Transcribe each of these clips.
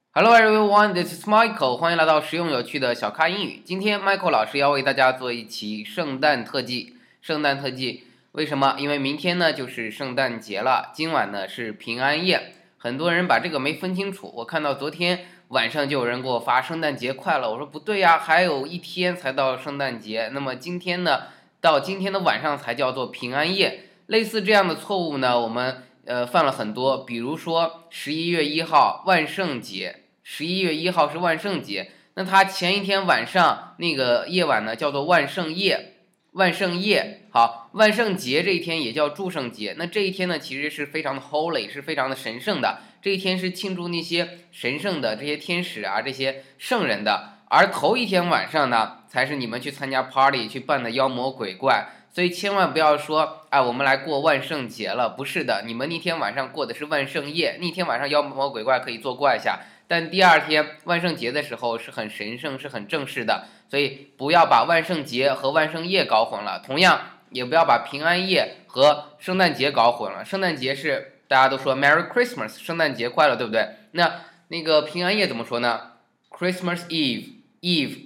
Hello everyone, this is Michael， 欢迎来到实用有趣的小咖英语。今天 Michael 老师要为大家做一期圣诞特辑。圣诞特辑为什么？因为明天呢就是圣诞节了，今晚呢是平安夜。很多人把这个没分清楚，我看到昨天晚上就有人给我发圣诞节快乐，我说不对呀，还有一天才到圣诞节。那么今天呢，到今天的晚上才叫做平安夜。类似这样的错误呢，我们犯了很多，比如说11月1号万圣节，11月1号是万圣节，那它前一天晚上那个夜晚呢叫做万圣夜，万圣夜好，万圣节这一天也叫祝圣节，那这一天呢其实是非常的 holy， 是非常的神圣的，这一天是庆祝那些神圣的这些天使啊，这些圣人的，而头一天晚上呢才是你们去参加 party 去扮的妖魔鬼怪。所以千万不要说，哎，我们来过万圣节了，不是的，你们那天晚上过的是万圣夜，那天晚上妖魔鬼怪可以作怪一下，但第二天万圣节的时候是很神圣，是很正式的，所以不要把万圣节和万圣夜搞混了，同样也不要把平安夜和圣诞节搞混了。圣诞节是大家都说 Merry Christmas， 圣诞节快乐，对不对？那个平安夜怎么说呢？ Christmas Eve， Eve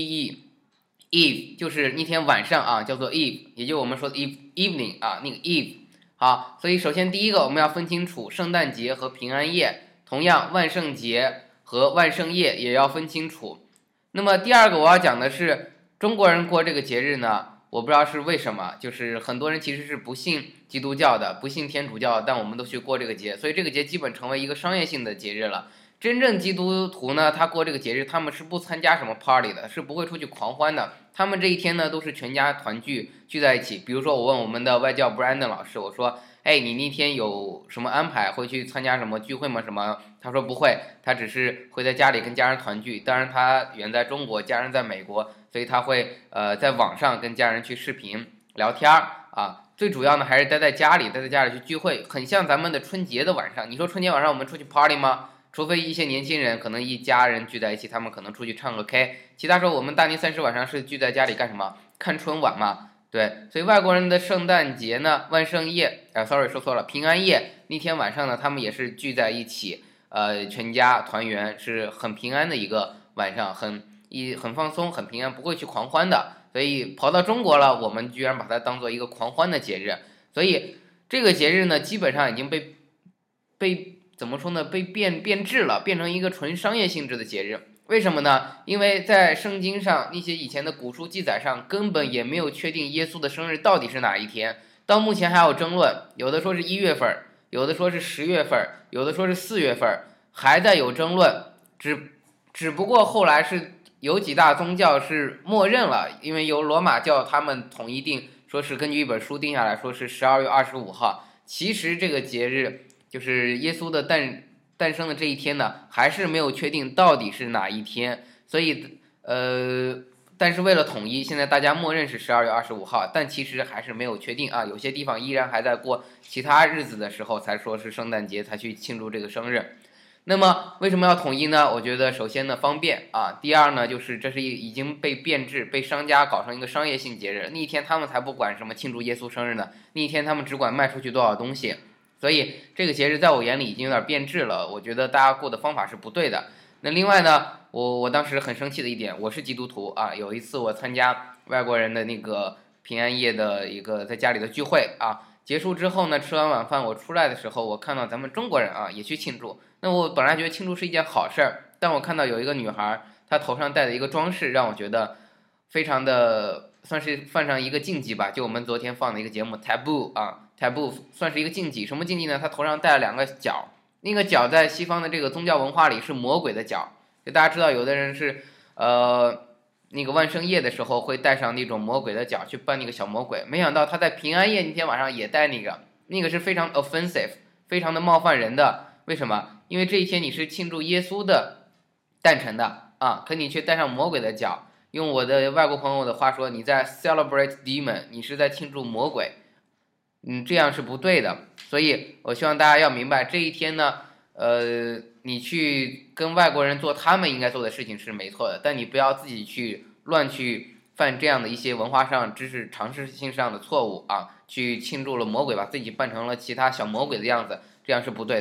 Eve 就是那天晚上啊，叫做 Eve， 也就是我们说的 evening 啊，那个 Eve。好，所以首先第一个我们要分清楚圣诞节和平安夜，同样万圣节和万圣夜也要分清楚。那么第二个我要讲的是中国人过这个节日呢，我不知道是为什么，就是很多人其实是不信基督教的，不信天主教的，但我们都去过这个节，所以这个节基本成为一个商业性的节日了。真正基督徒呢，他过这个节日，他们是不参加什么 party 的，是不会出去狂欢的。他们这一天呢，都是全家团聚在一起。比如说，我问我们的外教 Brandon 老师，我说：“哎，你那天有什么安排？会去参加什么聚会吗？什么？”他说不会，他只是会在家里跟家人团聚。当然，他远在中国，家人在美国，所以他会在网上跟家人去视频聊天啊。最主要呢，还是待在家里去聚会，很像咱们的春节的晚上。你说春节晚上我们出去 party 吗？除非一些年轻人可能一家人聚在一起，他们可能出去唱个 K， 其他时候我们大年30晚上是聚在家里干什么？看春晚嘛，对，所以外国人的圣诞节呢，万圣夜，sorry 说错了，平安夜那天晚上呢，他们也是聚在一起，全家团圆，是很平安的一个晚上，很放松，很平安，不会去狂欢的。所以跑到中国了，我们居然把它当做一个狂欢的节日，所以这个节日呢，基本上已经被怎么说呢？被变质了，变成一个纯商业性质的节日。为什么呢？因为在圣经上那些以前的古书记载上，根本也没有确定耶稣的生日到底是哪一天。到目前还有争论，有的说是1月份，有的说是10月份，有的说是4月份，还在有争论。只不过后来是有几大宗教是默认了，因为由罗马教他们统一定，说是根据一本书定下来说是12月25号。其实这个节日，就是耶稣的诞生的这一天呢，还是没有确定到底是哪一天，所以但是为了统一，现在大家默认是12月25号，但其实还是没有确定啊，有些地方依然还在过其他日子的时候才说是圣诞节，才去庆祝这个生日。那么为什么要统一呢？我觉得首先呢方便啊，第二呢就是这是已经被变质，被商家搞成一个商业性节日，那一天他们才不管什么庆祝耶稣生日呢，那一天他们只管卖出去多少东西。所以这个节日在我眼里已经有点变质了，我觉得大家过的方法是不对的。那另外呢，我当时很生气的一点，我是基督徒啊，有一次我参加外国人的那个平安夜的一个在家里的聚会啊，结束之后呢，吃完晚饭我出来的时候，我看到咱们中国人啊也去庆祝。那我本来觉得庆祝是一件好事儿，但我看到有一个女孩，她头上戴的一个装饰，让我觉得非常的算是犯上一个禁忌吧。就我们昨天放的一个节目 Taboo 啊。Taboo 算是一个禁忌，什么禁忌呢？他头上戴了2个角，那个角在西方的这个宗教文化里是魔鬼的角。就大家知道，有的人是那个万圣夜的时候会戴上那种魔鬼的角去扮那个小魔鬼，没想到他在平安夜那天晚上也戴那个是非常 offensive， 非常的冒犯人的。为什么？因为这一天你是庆祝耶稣的诞辰的啊，可你却戴上魔鬼的角。用我的外国朋友的话说，你在 celebrate demon， 你是在庆祝魔鬼。这样是不对的，所以我希望大家要明白，这一天呢，你去跟外国人做他们应该做的事情是没错的，但你不要自己去乱去犯这样的一些文化上、知识常识性上的错误啊，去庆祝了魔鬼，把自己扮成了其他小魔鬼的样子，这样是不对的。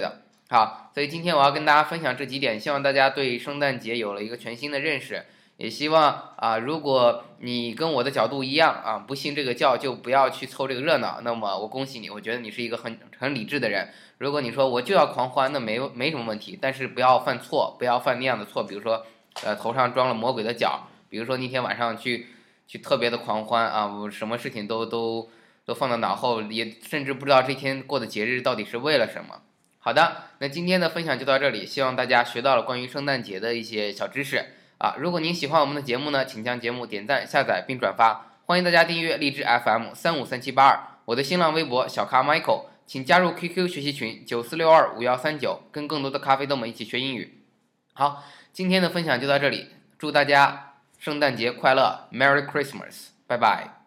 好，所以今天我要跟大家分享这几点，希望大家对圣诞节有了一个全新的认识。也希望如果你跟我的角度一样不信这个教就不要去凑这个热闹，那么我恭喜你，我觉得你是一个很理智的人。如果你说我就要狂欢，那没什么问题，但是不要犯错，不要犯那样的错，比如说头上装了魔鬼的角，比如说那天晚上去特别的狂欢我什么事情都放到脑后，也甚至不知道这天过的节日到底是为了什么。好的，那今天的分享就到这里，希望大家学到了关于圣诞节的一些小知识如果您喜欢我们的节目呢，请将节目点赞、下载并转发。欢迎大家订阅荔枝 FM 353782，我的新浪微博小咖 Michael，请加入 QQ 学习群94625139，跟更多的咖啡豆们一起学英语。好，今天的分享就到这里，祝大家圣诞节快乐 ，Merry Christmas，拜拜。